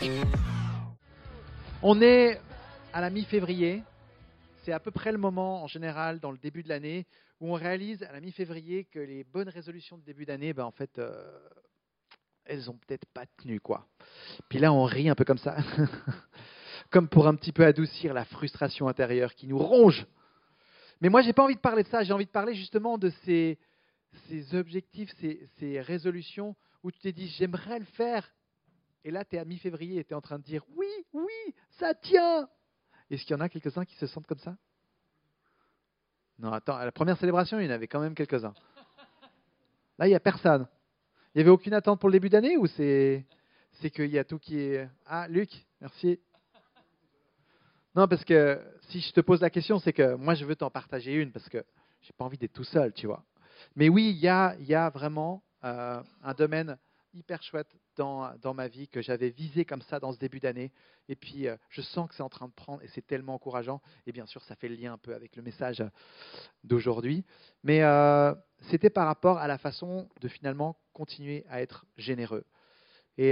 On est à la mi-février. C'est à peu près le moment, en général, dans le début de l'année, où on réalise à la mi-février que les bonnes résolutions de début d'année, en fait, elles ont peut-être pas tenu, quoi. Puis là, on rit un peu comme ça, comme pour un petit peu adoucir la frustration intérieure qui nous ronge. Mais moi, j'ai pas envie de parler de ça. J'ai envie de parler justement de ces objectifs, ces résolutions où tu t'es dit, j'aimerais le faire. Et là, tu es à mi-février et tu es en train de dire, oui, oui, ça tient. Est-ce qu'il y en a quelques-uns qui se sentent comme ça? Non, attends, à la première célébration, il y en avait quand même quelques-uns. Là, il n'y a personne. Il n'y avait aucune attente pour le début d'année ou c'est qu'il y a tout qui est... Ah, Luc, merci. Non, parce que si je te pose la question, c'est que moi, je veux t'en partager une parce que je n'ai pas envie d'être tout seul, tu vois. Mais oui, il y a vraiment un domaine hyper chouette dans ma vie que j'avais visé comme ça dans ce début d'année. Et puis, je sens que c'est en train de prendre et c'est tellement encourageant. Et bien sûr, ça fait le lien un peu avec le message d'aujourd'hui. Mais c'était par rapport à la façon de finalement continuer à être généreux. Et,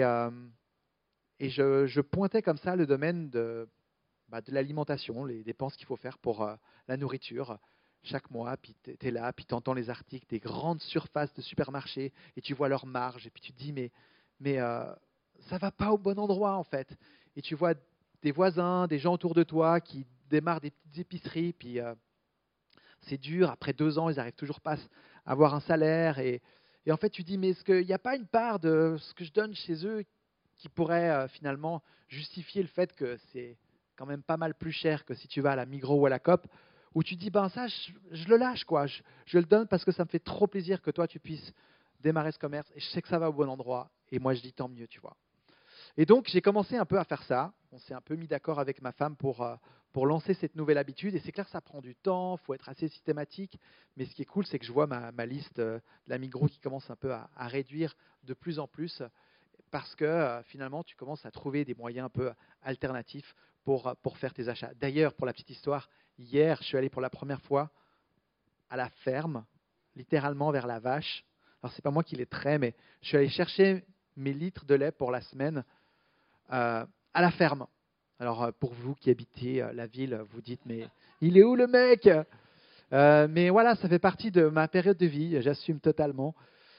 je pointais comme ça le domaine de l'alimentation, les dépenses qu'il faut faire pour la nourriture chaque mois. Puis tu es là, puis tu entends les articles des grandes surfaces de supermarchés et tu vois leurs marges. Et puis tu te dis, mais ça va pas au bon endroit en fait. Et tu vois des voisins, des gens autour de toi qui démarrent des petites épiceries, puis c'est dur. Après 2 ans, ils n'arrivent toujours pas à avoir un salaire. Et en fait, tu dis, mais est-ce qu'il n'y a pas une part de ce que je donne chez eux qui pourrait finalement justifier le fait que c'est quand même pas mal plus cher que si tu vas à la Migros ou à la Coop, où tu dis, ça, je le lâche, quoi. Je le donne parce que ça me fait trop plaisir que toi, tu puisses démarrer ce commerce. Et je sais que ça va au bon endroit. Et moi, je dis, tant mieux, tu vois. Et donc, j'ai commencé un peu à faire ça. On s'est un peu mis d'accord avec ma femme pour lancer cette nouvelle habitude. Et c'est clair, ça prend du temps, il faut être assez systématique. Mais ce qui est cool, c'est que je vois ma liste de la Migros qui commence un peu à réduire de plus en plus parce que finalement, tu commences à trouver des moyens un peu alternatifs pour faire tes achats. D'ailleurs, pour la petite histoire, hier, je suis allé pour la première fois à la ferme, littéralement vers la vache. Alors, ce n'est pas moi qui les trais, mais je suis allé chercher mes litres de lait pour la semaine à la ferme. Alors, pour vous qui habitez la ville, vous dites, mais il est où le mec? Mais voilà, ça fait partie de ma période de vie, j'assume totalement.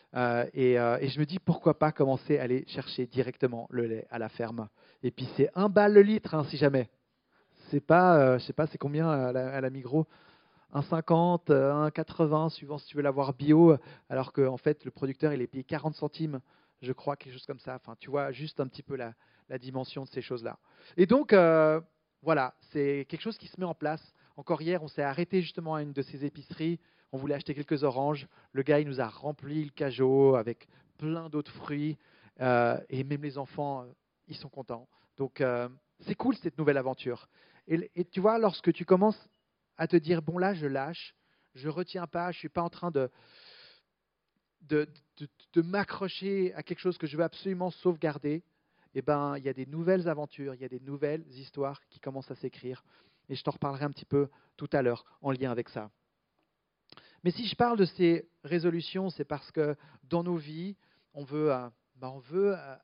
Et je me dis, pourquoi pas commencer à aller chercher directement le lait à la ferme. Et puis, c'est 1 balle le litre, hein, si jamais. C'est pas, je sais pas, c'est combien à la Migros? 1,50, 1,80, suivant si tu veux l'avoir bio, alors qu'en fait, le producteur, il est payé 40 centimes, je crois, quelque chose comme ça. Enfin, tu vois juste un petit peu la dimension de ces choses-là. Et donc, voilà, c'est quelque chose qui se met en place. Encore hier, on s'est arrêté justement à une de ces épiceries. On voulait acheter quelques oranges. Le gars, il nous a rempli le cajot avec plein d'autres fruits. Et même les enfants, ils sont contents. Donc, c'est cool cette nouvelle aventure. Et tu vois, lorsque tu commences à te dire, bon là, je lâche, je ne retiens pas, je ne suis pas en train de, de m'accrocher à quelque chose que je veux absolument sauvegarder, il y a des nouvelles aventures, il y a des nouvelles histoires qui commencent à s'écrire. Et je t'en reparlerai un petit peu tout à l'heure en lien avec ça. Mais si je parle de ces résolutions, c'est parce que dans nos vies, on veut être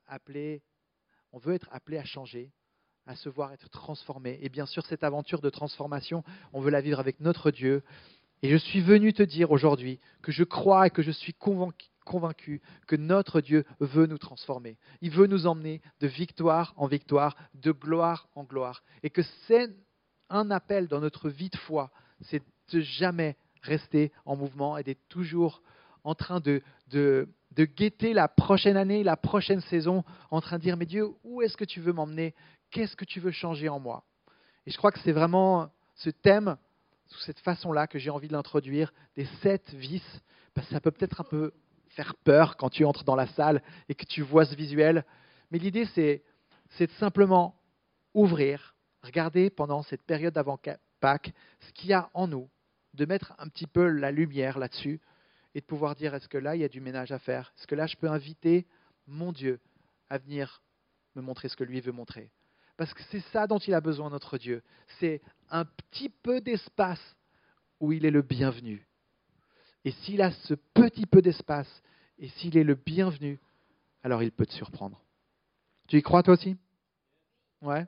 appelé à changer, à se voir être transformé. Et bien sûr, cette aventure de transformation, on veut la vivre avec notre Dieu. Et je suis venu te dire aujourd'hui que je crois et que je suis convaincu que notre Dieu veut nous transformer. Il veut nous emmener de victoire en victoire, de gloire en gloire. Et que c'est un appel dans notre vie de foi, c'est de jamais rester en mouvement et d'être toujours en train de guetter la prochaine année, la prochaine saison, en train de dire, mais Dieu, où est-ce que tu veux m'emmener? Qu'est-ce que tu veux changer en moi? Et je crois que c'est vraiment ce thème, sous cette façon-là, que j'ai envie de l'introduire, des 7 vices. Parce que ça peut peut-être un peu faire peur quand tu entres dans la salle et que tu vois ce visuel. Mais l'idée, c'est de simplement ouvrir, regarder pendant cette période d'avant Pâques ce qu'il y a en nous, de mettre un petit peu la lumière là-dessus et de pouvoir dire, est-ce que là, il y a du ménage à faire? Est-ce que là, je peux inviter mon Dieu à venir me montrer ce que lui veut montrer? Parce que c'est ça dont il a besoin, notre Dieu. C'est un petit peu d'espace où il est le bienvenu. Et s'il a ce petit peu d'espace, et s'il est le bienvenu, alors il peut te surprendre. Tu y crois toi aussi? Ouais.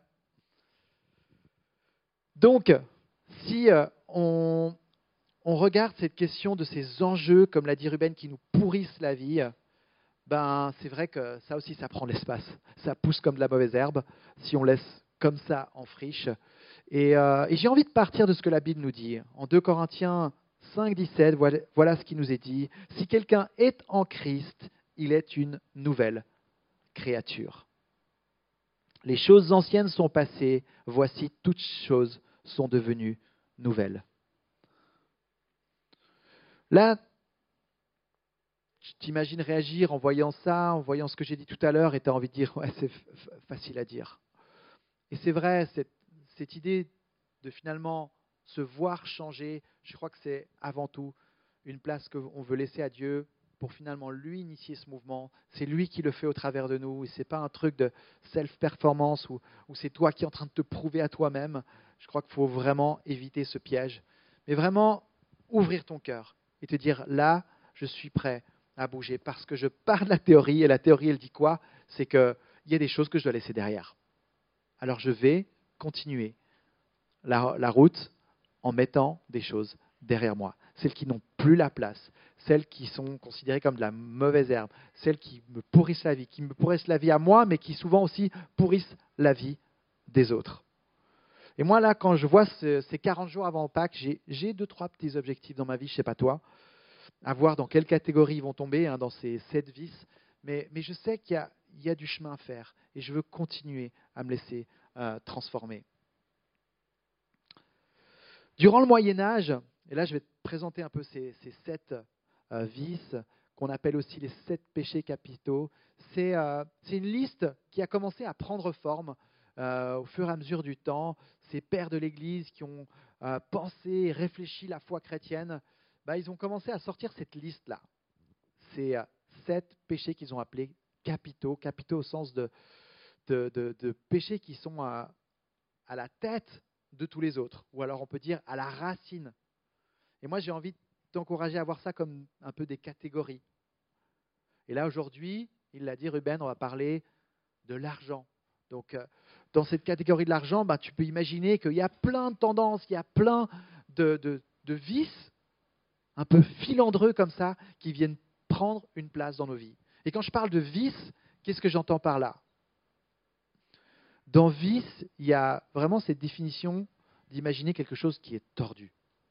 Donc, si on regarde cette question de ces enjeux, comme l'a dit Ruben, qui nous pourrissent la vie, ben c'est vrai que ça aussi, ça prend l'espace. Ça pousse comme de la mauvaise herbe si on laisse comme ça en friche. Et j'ai envie de partir de ce que la Bible nous dit. En 2 Corinthiens 5, 17, voilà ce qui nous est dit. Si quelqu'un est en Christ, il est une nouvelle créature. Les choses anciennes sont passées, voici toutes choses sont devenues nouvelles. Là, tu t'imagines réagir en voyant ça, en voyant ce que j'ai dit tout à l'heure, et tu as envie de dire, ouais, c'est facile à dire. Et c'est vrai, cette idée de finalement se voir changer, je crois que c'est avant tout une place qu'on veut laisser à Dieu pour finalement lui initier ce mouvement. C'est lui qui le fait au travers de nous. Et ce n'est pas un truc de self-performance où c'est toi qui es en train de te prouver à toi-même. Je crois qu'il faut vraiment éviter ce piège. Mais vraiment ouvrir ton cœur et te dire, là, je suis prêt à bouger parce que je pars de la théorie. Et la théorie, elle dit quoi? C'est qu'il y a des choses que je dois laisser derrière. Alors je vais continuer la route en mettant des choses derrière moi. Celles qui n'ont plus la place, celles qui sont considérées comme de la mauvaise herbe, celles qui me pourrissent la vie, qui me pourrissent la vie à moi, mais qui souvent aussi pourrissent la vie des autres. Et moi, là, quand je vois ces 40 jours avant Pâques, j'ai 2-3 petits objectifs dans ma vie, je ne sais pas toi, à voir dans quelle catégorie ils vont tomber, dans ces 7 vices, mais je sais qu'il y a du chemin à faire et je veux continuer à me laisser transformer. Durant le Moyen-Âge, et là je vais te présenter un peu ces 7 vices qu'on appelle aussi les 7 péchés capitaux, c'est une liste qui a commencé à prendre forme au fur et à mesure du temps. Ces pères de l'Église qui ont pensé et réfléchi la foi chrétienne, ils ont commencé à sortir cette liste-là. Ces 7 péchés qu'ils ont appelés capitaux, capitaux au sens de péchés qui sont à la tête de tous les autres, ou alors on peut dire à la racine. Et moi, j'ai envie de t'encourager à voir ça comme un peu des catégories. Et là, aujourd'hui, il l'a dit Ruben, on va parler de l'argent. Donc, dans cette catégorie de l'argent, tu peux imaginer qu'il y a plein de tendances, il y a plein de vices un peu filandreux comme ça qui viennent prendre une place dans nos vies. Et quand je parle de vices, qu'est-ce que j'entends par là? Dans vice, il y a vraiment cette définition d'imaginer quelque chose qui est tordu.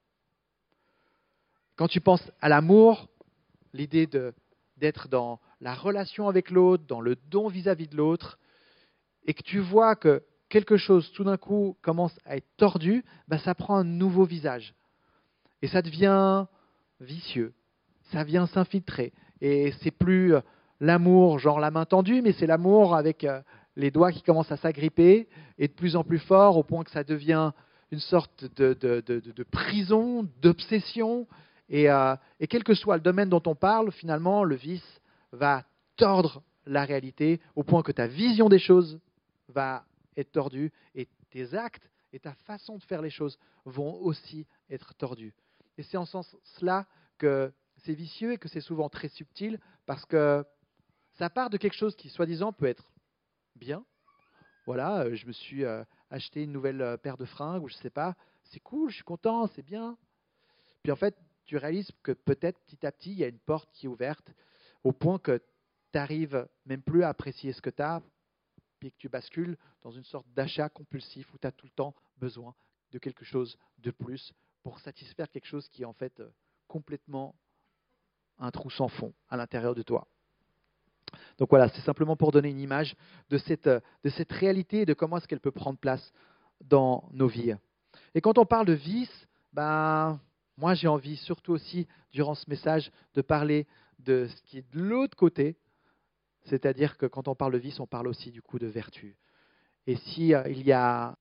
Quand tu penses à l'amour, l'idée d'être dans la relation avec l'autre, dans le don vis-à-vis de l'autre, et que tu vois que quelque chose tout d'un coup commence à être tordu, ça prend un nouveau visage. Et ça devient vicieux, ça vient s'infiltrer. Et c'est plus l'amour genre la main tendue, mais c'est l'amour avec les doigts qui commencent à s'agripper et de plus en plus fort au point que ça devient une sorte de prison, d'obsession. Et quel que soit le domaine dont on parle, finalement, le vice va tordre la réalité au point que ta vision des choses va être tordue et tes actes et ta façon de faire les choses vont aussi être tordus. Et c'est en ce sens-là que c'est vicieux et que c'est souvent très subtil parce que ça part de quelque chose qui, soi-disant, peut être bien. Voilà, je me suis acheté une nouvelle paire de fringues ou je ne sais pas, c'est cool, je suis content, c'est bien. Puis en fait, tu réalises que peut-être petit à petit, il y a une porte qui est ouverte au point que tu n'arrives même plus à apprécier ce que tu as, puis que tu bascules dans une sorte d'achat compulsif où tu as tout le temps besoin de quelque chose de plus pour satisfaire quelque chose qui est en fait complètement un trou sans fond à l'intérieur de toi. Donc voilà, c'est simplement pour donner une image de cette réalité et de comment est-ce qu'elle peut prendre place dans nos vies. Et quand on parle de vice, moi j'ai envie surtout aussi, durant ce message, de parler de ce qui est de l'autre côté, c'est-à-dire que quand on parle de vice, on parle aussi du coup de vertu. Et si il y a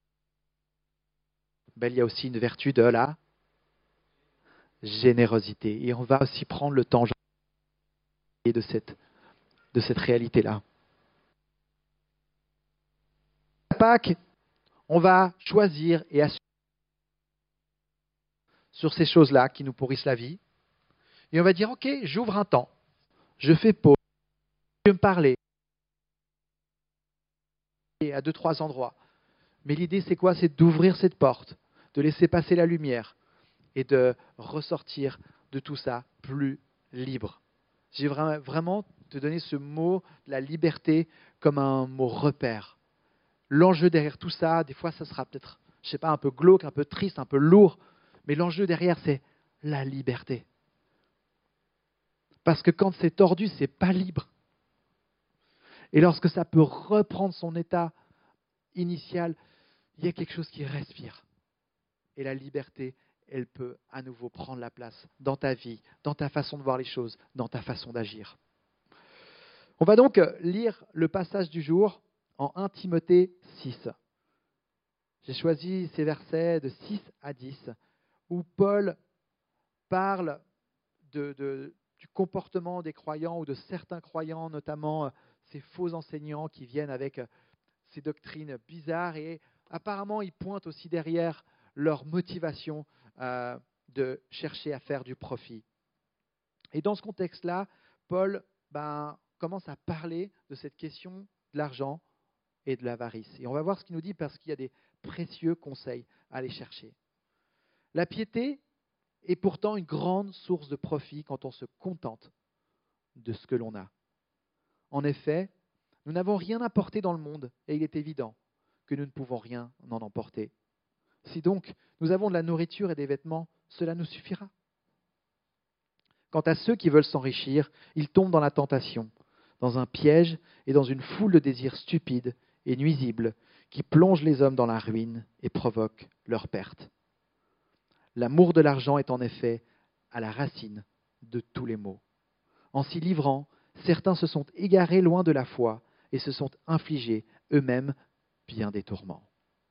aussi une vertu de la générosité. Et on va aussi prendre le temps de cette réalité-là. À Pâques, on va choisir et assumer sur ces choses-là qui nous pourrissent la vie. Et on va dire, OK, j'ouvre un temps, je fais pause, je vais me parler. à 2-3 endroits. Mais l'idée, c'est quoi? C'est d'ouvrir cette porte, de laisser passer la lumière et de ressortir de tout ça plus libre. J'ai vraiment te donné ce mot de la liberté comme un mot repère. L'enjeu derrière tout ça, des fois, ça sera peut-être, je ne sais pas, un peu glauque, un peu triste, un peu lourd, mais l'enjeu derrière, c'est la liberté. Parce que quand c'est tordu, c'est pas libre. Et lorsque ça peut reprendre son état initial, il y a quelque chose qui respire. Et la liberté, elle peut à nouveau prendre la place dans ta vie, dans ta façon de voir les choses, dans ta façon d'agir. On va donc lire le passage du jour en 1 Timothée 6. J'ai choisi ces versets de 6 à 10 où Paul parle du comportement des croyants ou de certains croyants, notamment ces faux enseignants qui viennent avec ces doctrines bizarres et apparemment ils pointent aussi derrière leur motivation de chercher à faire du profit. Et dans ce contexte-là, Paul commence à parler de cette question de l'argent et de l'avarice. Et on va voir ce qu'il nous dit parce qu'il y a des précieux conseils à aller chercher. La piété est pourtant une grande source de profit quand on se contente de ce que l'on a. En effet, nous n'avons rien apporté dans le monde et il est évident que nous ne pouvons rien en emporter. Si donc nous avons de la nourriture et des vêtements, cela nous suffira. Quant à ceux qui veulent s'enrichir, ils tombent dans la tentation, dans un piège et dans une foule de désirs stupides et nuisibles qui plongent les hommes dans la ruine et provoquent leur perte. L'amour de l'argent est en effet à la racine de tous les maux. En s'y livrant, certains se sont égarés loin de la foi et se sont infligés eux-mêmes bien des tourments.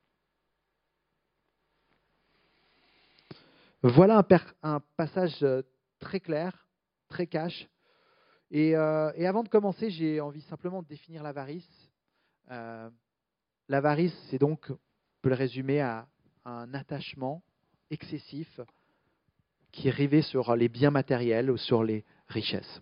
Voilà un passage très clair, très cash. Et avant de commencer, j'ai envie simplement de définir l'avarice. L'avarice, c'est donc, on peut le résumer à un attachement excessif qui est rivé sur les biens matériels ou sur les richesses.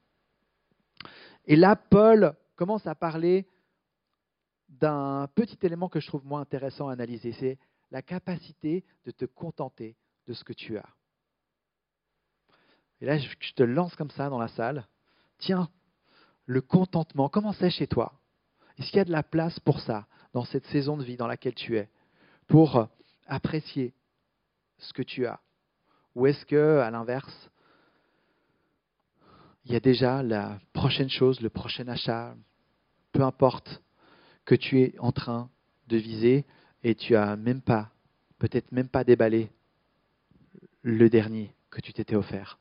Et là, Paul commence à parler d'un petit élément que je trouve moins intéressant à analyser, c'est la capacité de te contenter de ce que tu as. Et là, je te lance comme ça dans la salle. Tiens, le contentement, comment c'est chez toi? Est-ce qu'il y a de la place pour ça dans cette saison de vie dans laquelle tu es, pour apprécier ce que tu as? Ou est-ce que, à l'inverse, il y a déjà la prochaine chose, le prochain achat, peu importe, que tu es en train de viser et tu as peut-être même pas déballé le dernier que tu t'étais offert.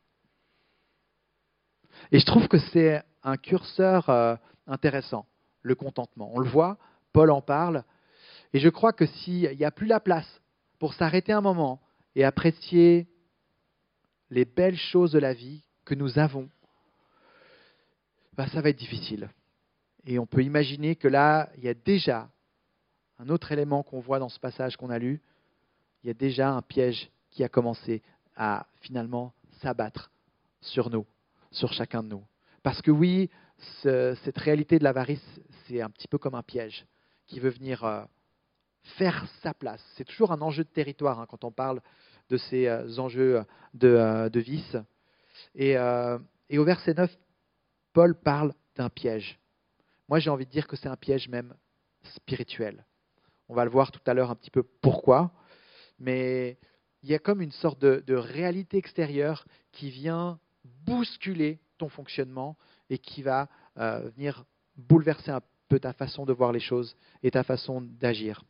Et je trouve que c'est un curseur intéressant, le contentement. On le voit, Paul en parle, et je crois que s'il n'y a plus la place pour s'arrêter un moment et apprécier les belles choses de la vie que nous avons, ça va être difficile. Et on peut imaginer que là, il y a déjà un autre élément qu'on voit dans ce passage qu'on a lu, il y a déjà un piège qui a commencé à finalement s'abattre sur nous, sur chacun de nous. Parce que oui, cette réalité de l'avarice, c'est un petit peu comme un piège qui veut venir faire sa place. C'est toujours un enjeu de territoire quand on parle de ces enjeux de vice. Et au verset 9, Paul parle d'un piège. Moi, j'ai envie de dire que c'est un piège même spirituel. On va le voir tout à l'heure un petit peu pourquoi, mais il y a comme une sorte de réalité extérieure qui vient bousculer ton fonctionnement et qui va venir bouleverser un peu ta façon de voir les choses et ta façon d'agir.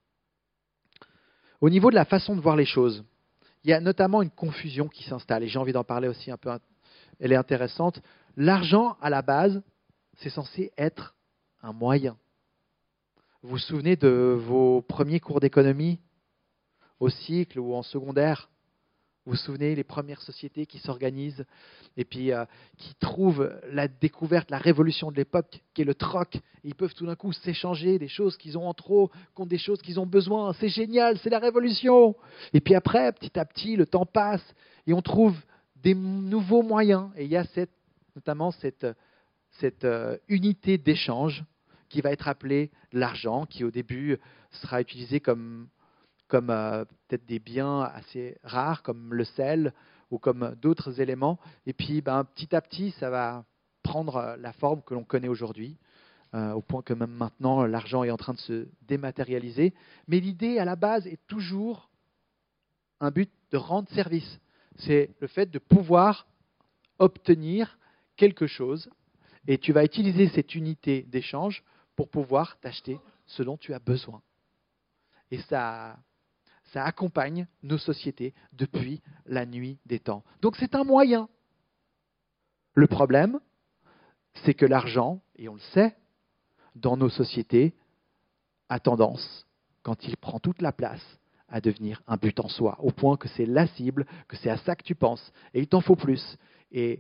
Au niveau de la façon de voir les choses, il y a notamment une confusion qui s'installe, et j'ai envie d'en parler aussi un peu, elle est intéressante. L'argent, à la base, c'est censé être un moyen. Vous vous souvenez de vos premiers cours d'économie au cycle ou en secondaire? Vous vous souvenez les premières sociétés qui s'organisent et puis qui trouvent la découverte, la révolution de l'époque qui est le troc. Et ils peuvent tout d'un coup s'échanger des choses qu'ils ont en trop contre des choses qu'ils ont besoin. C'est génial, c'est la révolution. Et puis après, petit à petit, le temps passe et on trouve des nouveaux moyens. Et il y a notamment cette unité d'échange qui va être appelé l'argent, qui au début sera utilisé comme peut-être des biens assez rares, comme le sel ou comme d'autres éléments. Et puis, petit à petit, ça va prendre la forme que l'on connaît aujourd'hui, au point que même maintenant, l'argent est en train de se dématérialiser. Mais l'idée, à la base, est toujours un but de rendre service. C'est le fait de pouvoir obtenir quelque chose, et tu vas utiliser cette unité d'échange pour pouvoir t'acheter ce dont tu as besoin. Et ça accompagne nos sociétés depuis la nuit des temps. Donc c'est un moyen. Le problème, c'est que l'argent, et on le sait, dans nos sociétés, a tendance, quand il prend toute la place, à devenir un but en soi, au point que c'est la cible, que c'est à ça que tu penses, et il t'en faut plus. Et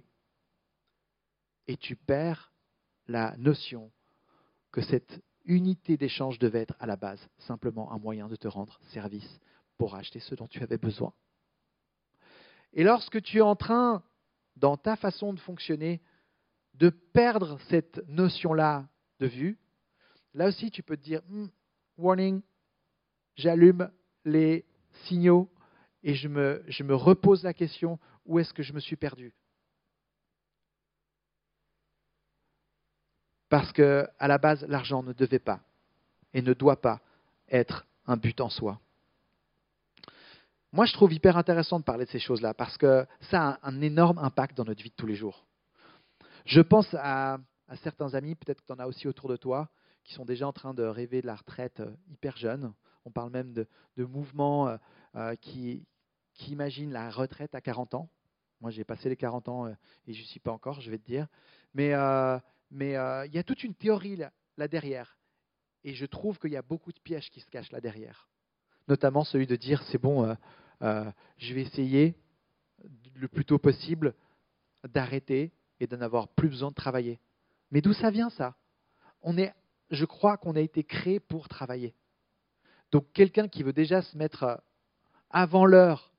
tu perds la notion que cette unité d'échange devait être à la base simplement un moyen de te rendre service pour acheter ce dont tu avais besoin. Et lorsque tu es en train, dans ta façon de fonctionner, de perdre cette notion-là de vue, là aussi tu peux te dire, warning, j'allume les signaux et je me repose la question, où est-ce que je me suis perdu? Parce qu'à la base, l'argent ne devait pas et ne doit pas être un but en soi. Moi, je trouve hyper intéressant de parler de ces choses-là parce que ça a un énorme impact dans notre vie de tous les jours. Je pense à certains amis, peut-être que tu en as aussi autour de toi, qui sont déjà en train de rêver de la retraite hyper jeunes. On parle même de mouvements qui imaginent la retraite à 40 ans. Moi, j'ai passé les 40 ans et je n'y suis pas encore, je vais te dire. Mais il y a toute une théorie là derrière. Et je trouve qu'il y a beaucoup de pièges qui se cachent là derrière. Notamment celui de dire, c'est bon, je vais essayer le plus tôt possible d'arrêter et de n'avoir plus besoin de travailler. Mais d'où ça vient ça? Je crois qu'on a été créé pour travailler. Donc quelqu'un qui veut déjà se mettre avant l'heure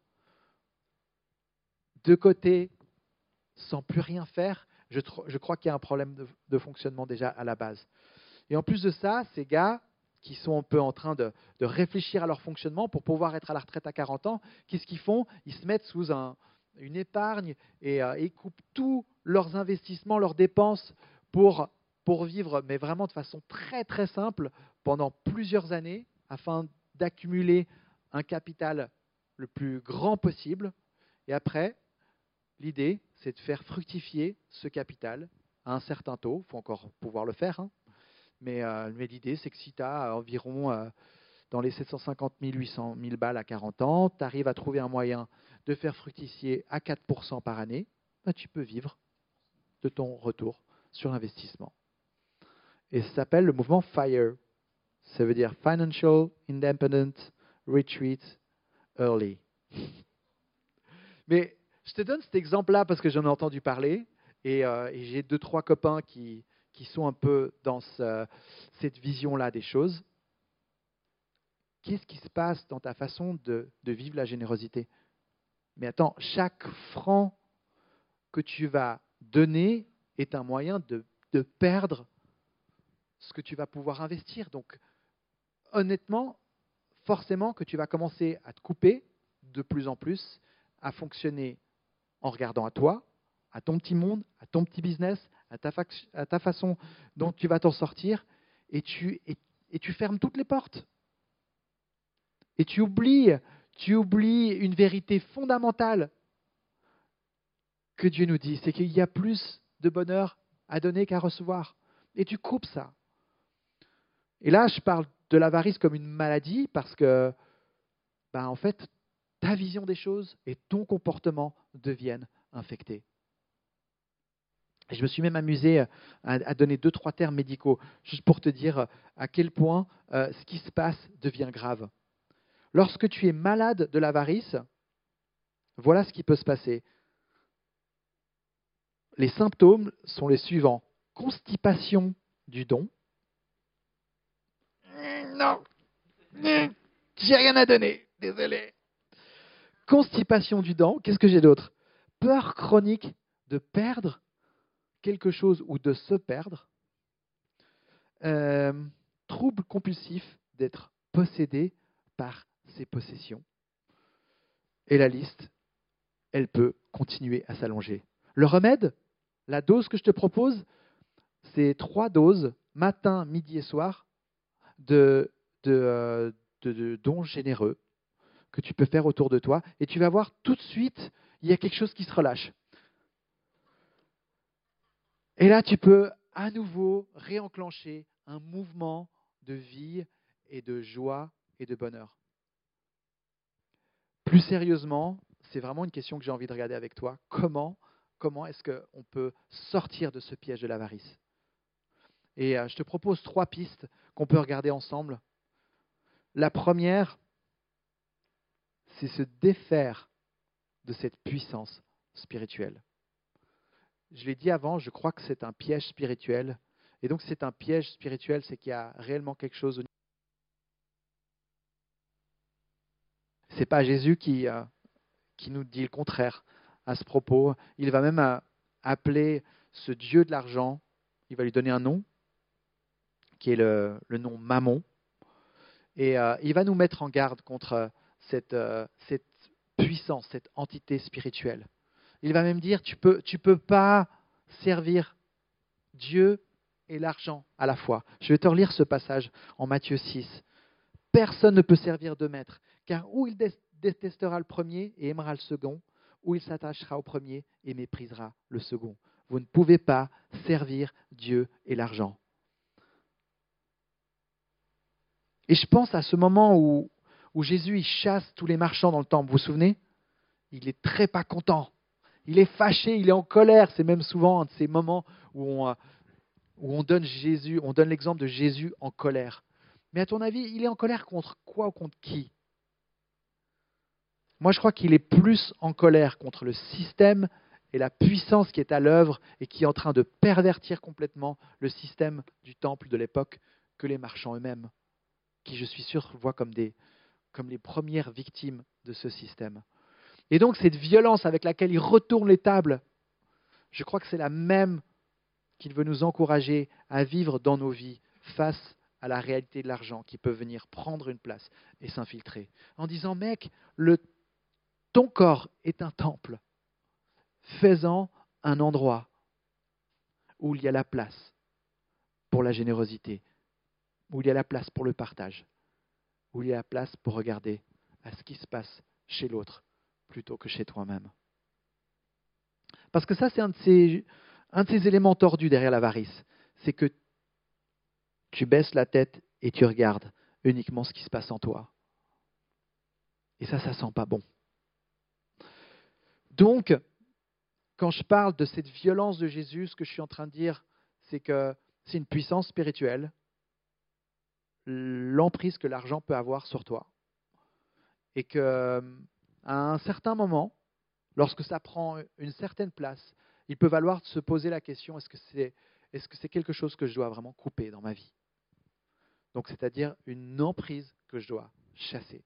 de côté sans plus rien faire, je crois qu'il y a un problème de fonctionnement déjà à la base. Et en plus de ça, ces gars qui sont un peu en train de réfléchir à leur fonctionnement pour pouvoir être à la retraite à 40 ans, qu'est-ce qu'ils font? Ils se mettent sous une épargne et ils coupent tous leurs investissements, leurs dépenses pour vivre, mais vraiment de façon très très simple, pendant plusieurs années, afin d'accumuler un capital le plus grand possible. Et après, l'idée, c'est de faire fructifier ce capital à un certain taux. Il faut encore pouvoir le faire, hein. Mais l'idée, c'est que si tu as environ dans les 750 000, 800 000 balles à 40 ans, tu arrives à trouver un moyen de faire fructifier à 4% par année, tu peux vivre de ton retour sur l'investissement. Et ça s'appelle le mouvement FIRE. Ça veut dire Financial Independent Retreat Early. Mais je te donne cet exemple-là parce que j'en ai entendu parler et j'ai 2-3 copains qui sont un peu dans cette vision-là des choses. Qu'est-ce qui se passe dans ta façon de vivre la générosité? Mais attends, chaque franc que tu vas donner est un moyen de perdre ce que tu vas pouvoir investir. Donc, honnêtement, forcément que tu vas commencer à te couper de plus en plus, à fonctionner en regardant à toi, à ton petit monde, à ton petit business, à ta façon dont tu vas t'en sortir, et tu fermes toutes les portes. Et tu oublies une vérité fondamentale que Dieu nous dit, c'est qu'il y a plus de bonheur à donner qu'à recevoir. Et tu coupes ça. Et là, je parle de l'avarice comme une maladie parce que, en fait, ta vision des choses et ton comportement deviennent infectés. Et je me suis même amusé à donner 2-3 termes médicaux, juste pour te dire à quel point ce qui se passe devient grave. Lorsque tu es malade de l'avarice, voilà ce qui peut se passer. Les symptômes sont les suivants. Constipation du don. Non, j'ai rien à donner, désolé. Constipation du don. Qu'est-ce que j'ai d'autre? Peur chronique de perdre quelque chose ou de se perdre. trouble compulsif d'être possédé par ses possessions. Et la liste, elle peut continuer à s'allonger. Le remède, la dose que je te propose, c'est 3 doses, matin, midi et soir, de dons généreux que tu peux faire autour de toi. Et tu vas voir tout de suite, il y a quelque chose qui se relâche. Et là, tu peux à nouveau réenclencher un mouvement de vie et de joie et de bonheur. Plus sérieusement, c'est vraiment une question que j'ai envie de regarder avec toi. Comment est-ce qu'on peut sortir de ce piège de l'avarice? Et je te propose 3 pistes qu'on peut regarder ensemble. La première, c'est se défaire de cette puissance spirituelle. Je l'ai dit avant, je crois que c'est un piège spirituel. Et donc, c'est un piège spirituel, c'est qu'il y a réellement quelque chose. C'est pas Jésus qui nous dit le contraire à ce propos. Il va même appeler ce Dieu de l'argent, il va lui donner un nom, qui est le nom Mammon. Et il va nous mettre en garde contre cette puissance, cette entité spirituelle. Il va même dire, tu peux pas servir Dieu et l'argent à la fois. Je vais te relire ce passage en Matthieu 6. Personne ne peut servir deux maîtres, car ou il détestera le premier et aimera le second, ou il s'attachera au premier et méprisera le second. Vous ne pouvez pas servir Dieu et l'argent. Et je pense à ce moment où Jésus il chasse tous les marchands dans le temple. Vous vous souvenez? Il est très pas content. Il est fâché, il est en colère. C'est même souvent un de ces moments où on donne l'exemple de Jésus en colère. Mais à ton avis, il est en colère contre quoi ou contre qui? Moi, je crois qu'il est plus en colère contre le système et la puissance qui est à l'œuvre et qui est en train de pervertir complètement le système du temple de l'époque que les marchands eux-mêmes, qui, je suis sûr, voient comme les premières victimes de ce système. Et donc, cette violence avec laquelle il retourne les tables, je crois que c'est la même qu'il veut nous encourager à vivre dans nos vies face à la réalité de l'argent qui peut venir prendre une place et s'infiltrer. En disant, mec, ton corps est un temple, fais-en un endroit où il y a la place pour la générosité, où il y a la place pour le partage, où il y a la place pour regarder à ce qui se passe chez l'autre plutôt que chez toi-même. Parce que ça, c'est un de ces éléments tordus derrière l'avarice. C'est que tu baisses la tête et tu regardes uniquement ce qui se passe en toi. Et ça sent pas bon. Donc, quand je parle de cette violence de Jésus, ce que je suis en train de dire, c'est que c'est une puissance spirituelle, l'emprise que l'argent peut avoir sur toi. Et qu'à un certain moment, lorsque ça prend une certaine place, il peut valoir se poser la question, est-ce que c'est quelque chose que je dois vraiment couper dans ma vie? Donc, c'est-à-dire une emprise que je dois chasser.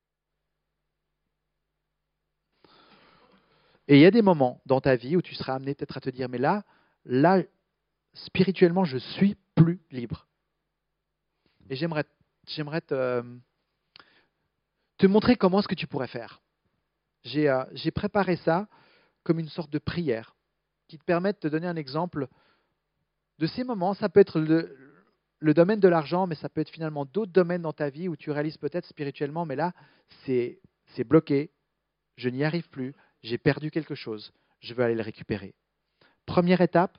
Et il y a des moments dans ta vie où tu seras amené peut-être à te dire, mais là, spirituellement, je suis plus libre. Et j'aimerais te montrer comment est-ce que tu pourrais faire. J'ai préparé ça comme une sorte de prière qui te permet de te donner un exemple de ces moments. Ça peut être le domaine de l'argent, mais ça peut être finalement d'autres domaines dans ta vie où tu réalises peut-être spirituellement, mais là, c'est bloqué, je n'y arrive plus, j'ai perdu quelque chose, je veux aller le récupérer. Première étape,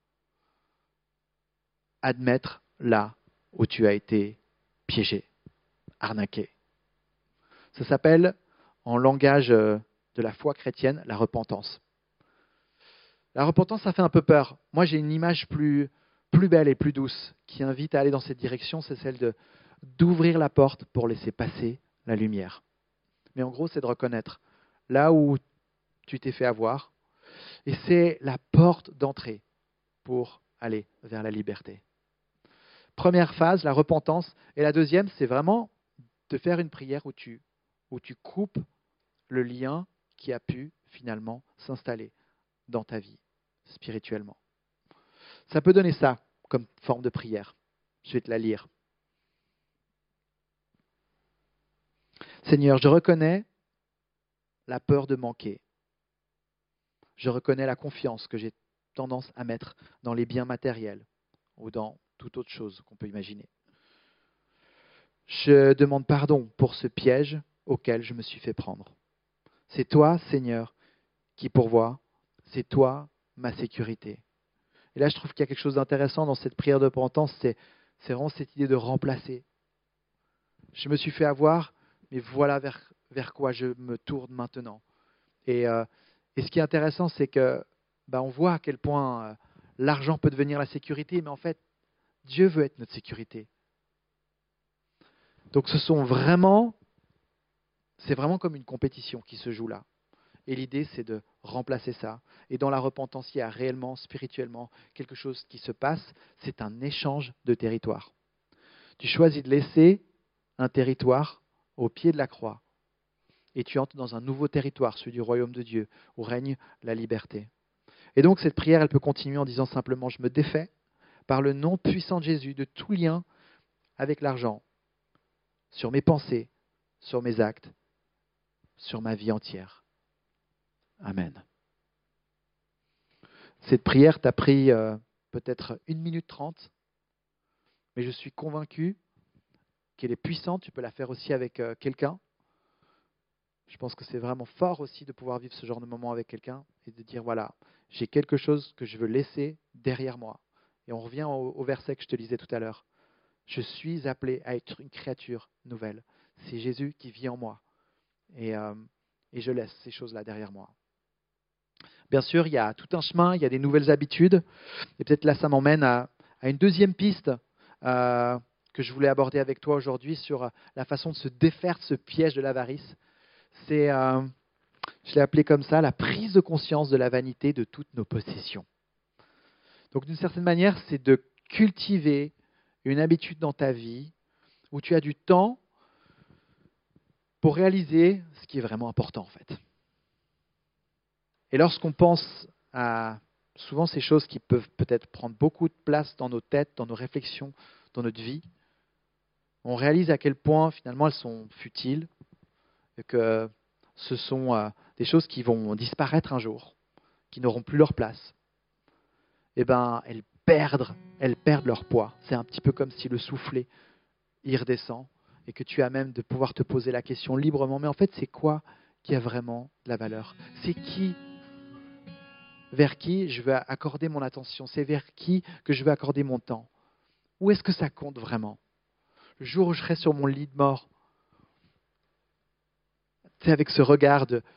admettre là où tu as été piégé, arnaqué. Ça s'appelle, en langage de la foi chrétienne, la repentance. La repentance, ça fait un peu peur. Moi, j'ai une image plus belle et plus douce qui invite à aller dans cette direction, c'est celle d'ouvrir la porte pour laisser passer la lumière. Mais en gros, c'est de reconnaître là où tu t'es fait avoir, et c'est la porte d'entrée pour aller vers la liberté. Première phase, la repentance, et la deuxième, c'est vraiment de faire une prière où tu coupes le lien qui a pu finalement s'installer dans ta vie spirituellement. Ça peut donner ça comme forme de prière. Je vais te la lire. Seigneur, je reconnais la peur de manquer. Je reconnais la confiance que j'ai tendance à mettre dans les biens matériels ou dans toute autre chose qu'on peut imaginer. Je demande pardon pour ce piège auquel je me suis fait prendre. C'est toi, Seigneur, qui pourvois. C'est toi, ma sécurité. Et là, je trouve qu'il y a quelque chose d'intéressant dans cette prière de repentance, c'est vraiment cette idée de remplacer. Je me suis fait avoir, mais voilà vers quoi je me tourne maintenant. Et ce qui est intéressant, c'est que on voit à quel point l'argent peut devenir la sécurité, mais en fait, Dieu veut être notre sécurité. Donc c'est vraiment comme une compétition qui se joue là. Et l'idée, c'est de remplacer ça. Et dans la repentance, il y a réellement, spirituellement, quelque chose qui se passe. C'est un échange de territoire. Tu choisis de laisser un territoire au pied de la croix. Et tu entres dans un nouveau territoire, celui du royaume de Dieu, où règne la liberté. Et donc, cette prière, elle peut continuer en disant simplement, je me défais par le nom puissant de Jésus de tout lien avec l'argent, sur mes pensées, sur mes actes, sur ma vie entière. Amen. Cette prière t'a pris peut-être 1 minute 30, mais je suis convaincu qu'elle est puissante. Tu peux la faire aussi avec quelqu'un. Je pense que c'est vraiment fort aussi de pouvoir vivre ce genre de moment avec quelqu'un et de dire, voilà, j'ai quelque chose que je veux laisser derrière moi. Et on revient au verset que je te lisais tout à l'heure. Je suis appelé à être une créature nouvelle. C'est Jésus qui vit en moi. Et je laisse ces choses-là derrière moi. Bien sûr, il y a tout un chemin, il y a des nouvelles habitudes. Et peut-être là, ça m'emmène à une deuxième piste que je voulais aborder avec toi aujourd'hui sur la façon de se défaire de ce piège de l'avarice. C'est, je l'ai appelé comme ça, la prise de conscience de la vanité de toutes nos possessions. Donc d'une certaine manière, c'est de cultiver une habitude dans ta vie où tu as du temps pour réaliser ce qui est vraiment important en fait. Et lorsqu'on pense à souvent ces choses qui peuvent peut-être prendre beaucoup de place dans nos têtes, dans nos réflexions, dans notre vie, on réalise à quel point finalement elles sont futiles et que ce sont des choses qui vont disparaître un jour, qui n'auront plus leur place. Elles perdent leur poids. C'est un petit peu comme si le soufflet y redescend et que tu as même de pouvoir te poser la question librement. Mais en fait, c'est quoi qui a vraiment de la valeur? C'est qui, vers qui je veux accorder mon attention? C'est vers qui que je veux accorder mon temps? Où est-ce que ça compte vraiment? Le jour où je serai sur mon lit de mort, c'est avec ce regard de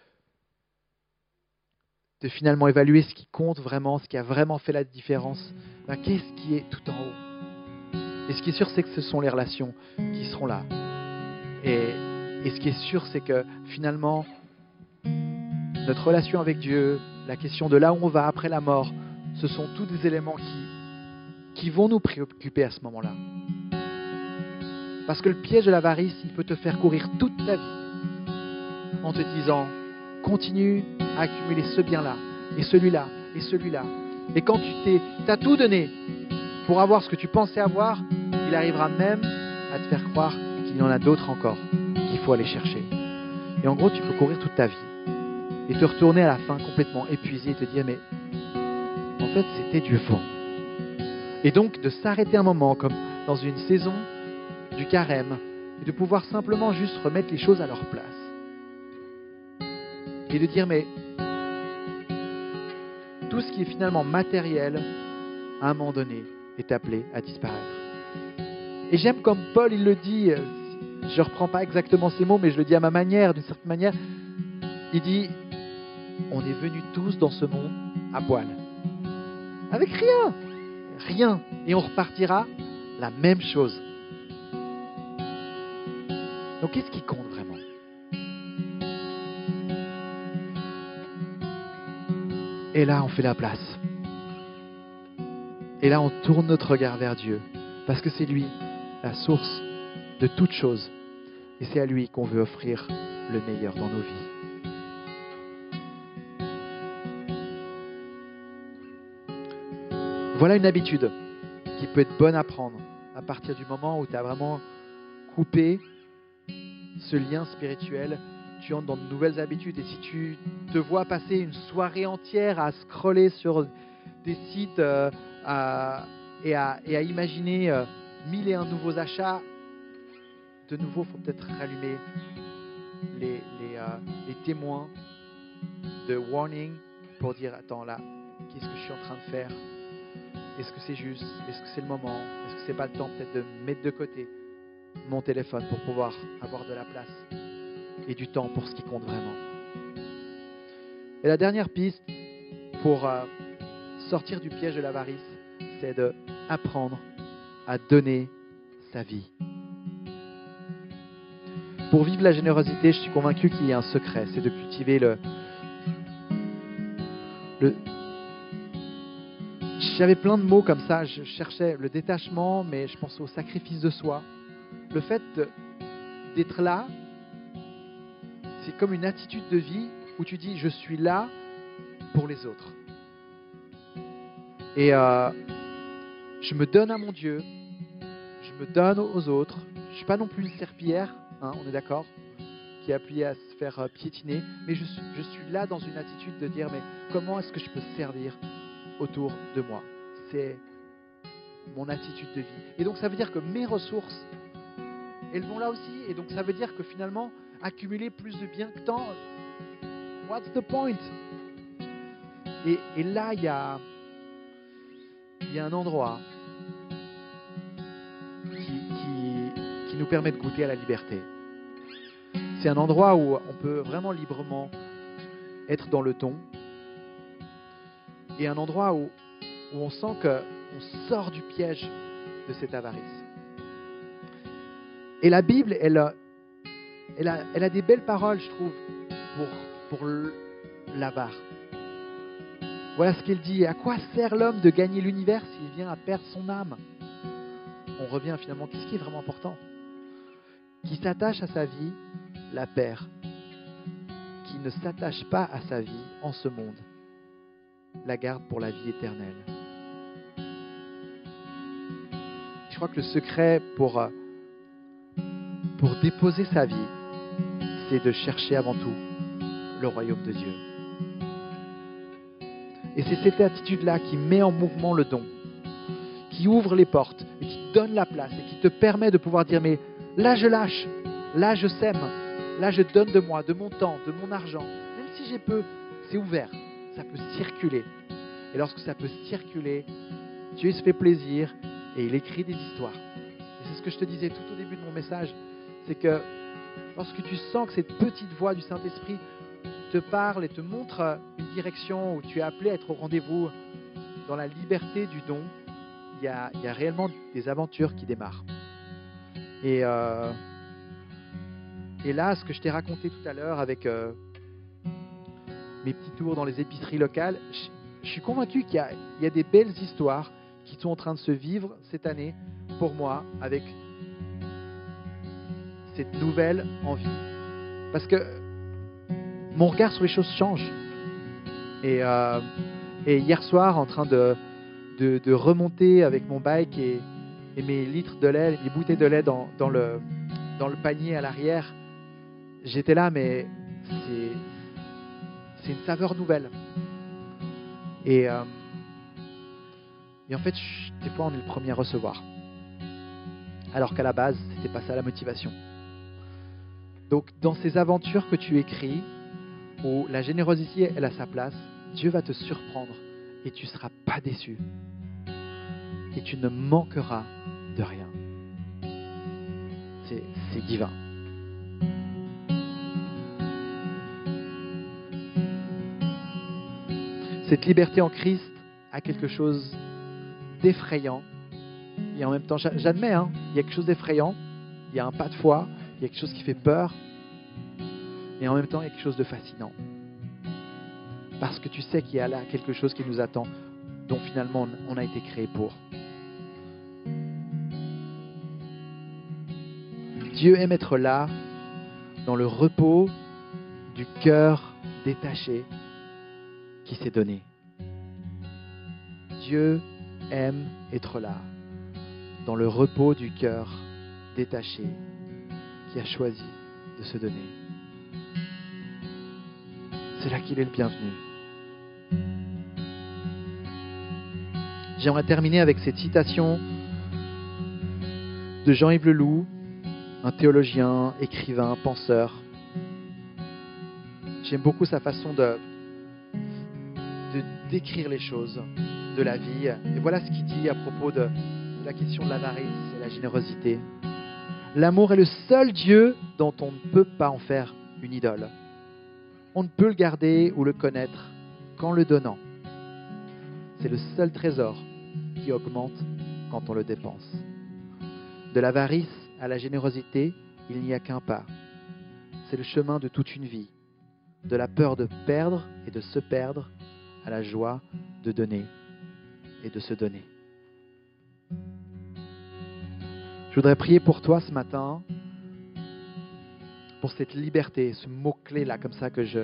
finalement évaluer ce qui compte vraiment, ce qui a vraiment fait la différence. Qu'est-ce qui est tout en haut? Et ce qui est sûr, c'est que ce sont les relations qui seront là. Et ce qui est sûr, c'est que finalement, notre relation avec Dieu, la question de là où on va après la mort, ce sont tous des éléments qui vont nous préoccuper à ce moment-là. Parce que le piège de l'avarice, il peut te faire courir toute ta vie en te disant, continue à accumuler ce bien-là, et celui-là, et celui-là. Et quand tu t'as tout donné pour avoir ce que tu pensais avoir, il arrivera même à te faire croire qu'il y en a d'autres encore qu'il faut aller chercher. Et en gros, tu peux courir toute ta vie et te retourner à la fin complètement épuisé et te dire, mais en fait, c'était du vent. Et donc, de s'arrêter un moment, comme dans une saison du carême, et de pouvoir simplement juste remettre les choses à leur place. Et de dire, mais tout ce qui est finalement matériel, à un moment donné, est appelé à disparaître. Et j'aime comme Paul, il le dit, je ne reprends pas exactement ces mots, mais je le dis à ma manière, d'une certaine manière, il dit, on est venus tous dans ce monde à poil. Avec rien. Et on repartira la même chose. Donc qu'est-ce qui compte vraiment? Et là, on fait la place. Et là, on tourne notre regard vers Dieu. Parce que c'est lui, la source de toute chose. Et c'est à lui qu'on veut offrir le meilleur dans nos vies. Voilà une habitude qui peut être bonne à prendre à partir du moment où tu as vraiment coupé ce lien spirituel, tu entres dans de nouvelles habitudes. Et si tu te vois passer une soirée entière à scroller sur des sites et à imaginer 1001 nouveaux achats, de nouveau, il faut peut-être rallumer les témoins de warning pour dire, attends là, qu'est-ce que je suis en train de faire? Est-ce que c'est juste? Est-ce que c'est le moment? Est-ce que c'est pas le temps peut-être de mettre de côté mon téléphone pour pouvoir avoir de la place et du temps pour ce qui compte vraiment? Et la dernière piste pour sortir du piège de l'avarice, c'est d'apprendre à donner sa vie. Pour vivre la générosité, je suis convaincu qu'il y a un secret, c'est de cultiver J'avais plein de mots comme ça, je cherchais le détachement, mais je pense au sacrifice de soi. Le fait d'être là, c'est comme une attitude de vie où tu dis, je suis là pour les autres. Et je me donne à mon Dieu, je me donne aux autres. Je ne suis pas non plus une serpillière, on est d'accord, qui est appelée à se faire piétiner, mais je suis là dans une attitude de dire, mais comment est-ce que je peux servir autour de moi? C'est mon attitude de vie. Et donc ça veut dire que mes ressources, elles vont là aussi. Et donc ça veut dire que finalement, accumuler plus de biens que tant, what's the point? Et là, il y a un endroit qui nous permet de goûter à la liberté. C'est un endroit où on peut vraiment librement être dans le ton. Et un endroit où on sent qu'on sort du piège de cette avarice. Et la Bible, elle a des belles paroles, je trouve, pour l'avare. Voilà ce qu'elle dit. À quoi sert l'homme de gagner l'univers s'il vient à perdre son âme? On revient finalement, qu'est-ce qui est vraiment important? Qui s'attache à sa vie, la perd. Qui ne s'attache pas à sa vie en ce monde, la garde pour la vie éternelle. Je crois que le secret pour déposer sa vie, c'est de chercher avant tout le royaume de Dieu. Et c'est cette attitude-là qui met en mouvement le don, qui ouvre les portes, et qui donne la place, et qui te permet de pouvoir dire, mais là je lâche, là je sème, là je donne de moi, de mon temps, de mon argent. Même si j'ai peu, c'est ouvert, ça peut circuler. Et lorsque ça peut circuler, Dieu se fait plaisir et il écrit des histoires. Et c'est ce que je te disais tout au début de mon message, c'est que lorsque tu sens que cette petite voix du Saint-Esprit te parle et te montre une direction où tu es appelé à être au rendez-vous dans la liberté du don, il y a réellement des aventures qui démarrent. Et là, ce que je t'ai raconté tout à l'heure avec mes petits tours dans les épiceries locales, je suis convaincu qu'il y a des belles histoires qui sont en train de se vivre cette année pour moi avec cette nouvelle envie. Parce que mon regard sur les choses change. Et hier soir, en train de remonter avec mon bike et mes litres de lait, mes bouteilles de lait dans le panier à l'arrière, j'étais là, mais c'est une saveur nouvelle. Et en fait, des fois, on est le premier à recevoir. Alors qu'à la base, c'était pas ça la motivation. Donc, dans ces aventures que tu écris, où la générosité, elle a sa place, Dieu va te surprendre et tu ne seras pas déçu. Et tu ne manqueras de rien. C'est divin. Cette liberté en Christ a quelque chose d'effrayant. Et en même temps, j'admets, il y a quelque chose d'effrayant. Il y a un pas de foi. Il y a quelque chose qui fait peur. Et en même temps, il y a quelque chose de fascinant. Parce que tu sais qu'il y a là quelque chose qui nous attend, dont finalement on a été créé pour. Dieu aime être là, dans le repos du cœur détaché qui s'est donné. Dieu aime être là, dans le repos du cœur détaché qui a choisi de se donner. C'est là qu'il est le bienvenu. J'aimerais terminer avec cette citation de Jean-Yves Leloup, un théologien, écrivain, penseur. J'aime beaucoup sa façon de décrire les choses de la vie. Et voilà ce qu'il dit à propos de la question de l'avarice et la générosité. L'amour est le seul Dieu dont on ne peut pas en faire une idole. On ne peut le garder ou le connaître qu'en le donnant. C'est le seul trésor qui augmente quand on le dépense. De l'avarice à la générosité, il n'y a qu'un pas. C'est le chemin de toute une vie. De la peur de perdre et de se perdre à la joie de donner et de se donner. Je voudrais prier pour toi ce matin, pour cette liberté, ce mot-clé là comme ça que je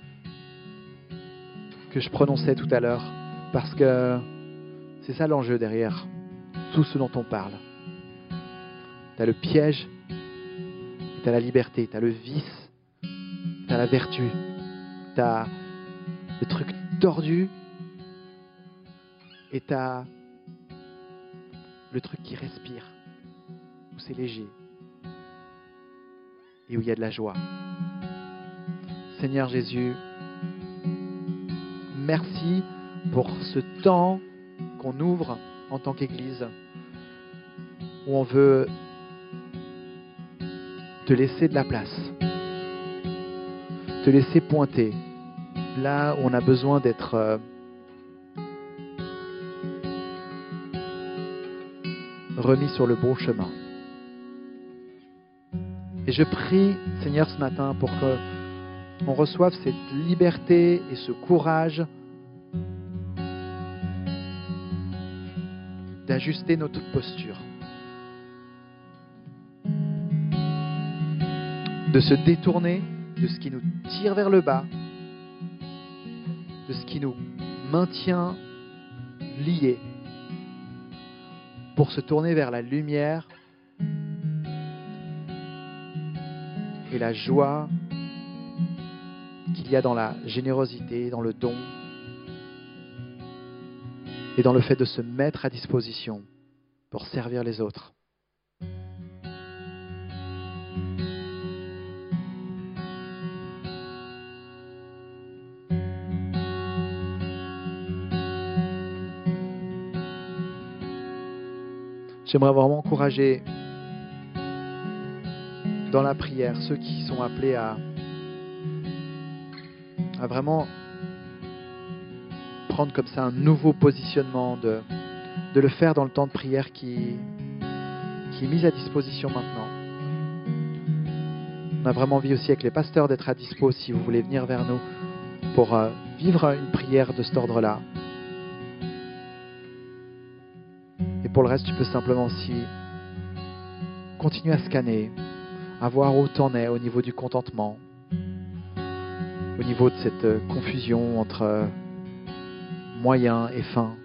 prononçais tout à l'heure, parce que c'est ça l'enjeu derrière tout ce dont on parle. Tu as le piège, tu as la liberté, tu as le vice, tu as la vertu, tu as le truc tordu et tu as le truc qui respire, où c'est léger et où il y a de la joie. Seigneur Jésus, merci pour ce temps qu'on ouvre en tant qu'Église, où on veut te laisser de la place, te laisser pointer là où on a besoin d'être remis sur le bon chemin. Et je prie, Seigneur, ce matin pour qu'on reçoive cette liberté et ce courage d'ajuster notre posture, de se détourner de ce qui nous tire vers le bas, de ce qui nous maintient liés, pour se tourner vers la lumière et la joie qu'il y a dans la générosité, dans le don et dans le fait de se mettre à disposition pour servir les autres. J'aimerais vraiment encourager dans la prière ceux qui sont appelés à vraiment prendre comme ça un nouveau positionnement, de le faire dans le temps de prière qui est mis à disposition maintenant. On a vraiment envie aussi avec les pasteurs d'être à dispo si vous voulez venir vers nous pour vivre une prière de cet ordre-là. Et pour le reste, tu peux simplement aussi continuer à scanner, à voir où tu en es au niveau du contentement, au niveau de cette confusion entre moyen et fin.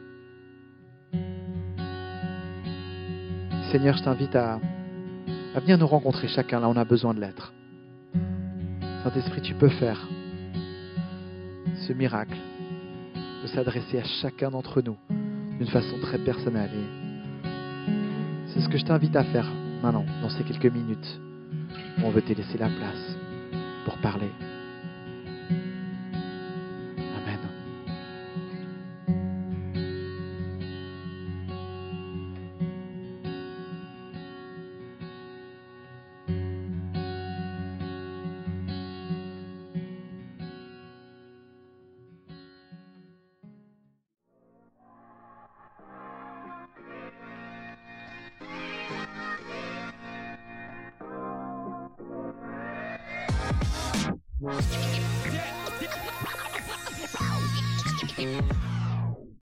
Seigneur, je t'invite à venir nous rencontrer chacun là où on a besoin de l'être. Saint-Esprit, tu peux faire ce miracle de s'adresser à chacun d'entre nous d'une façon très personnelle. Et c'est ce que je t'invite à faire maintenant, dans ces quelques minutes où on veut te laisser la place pour parler. Amen.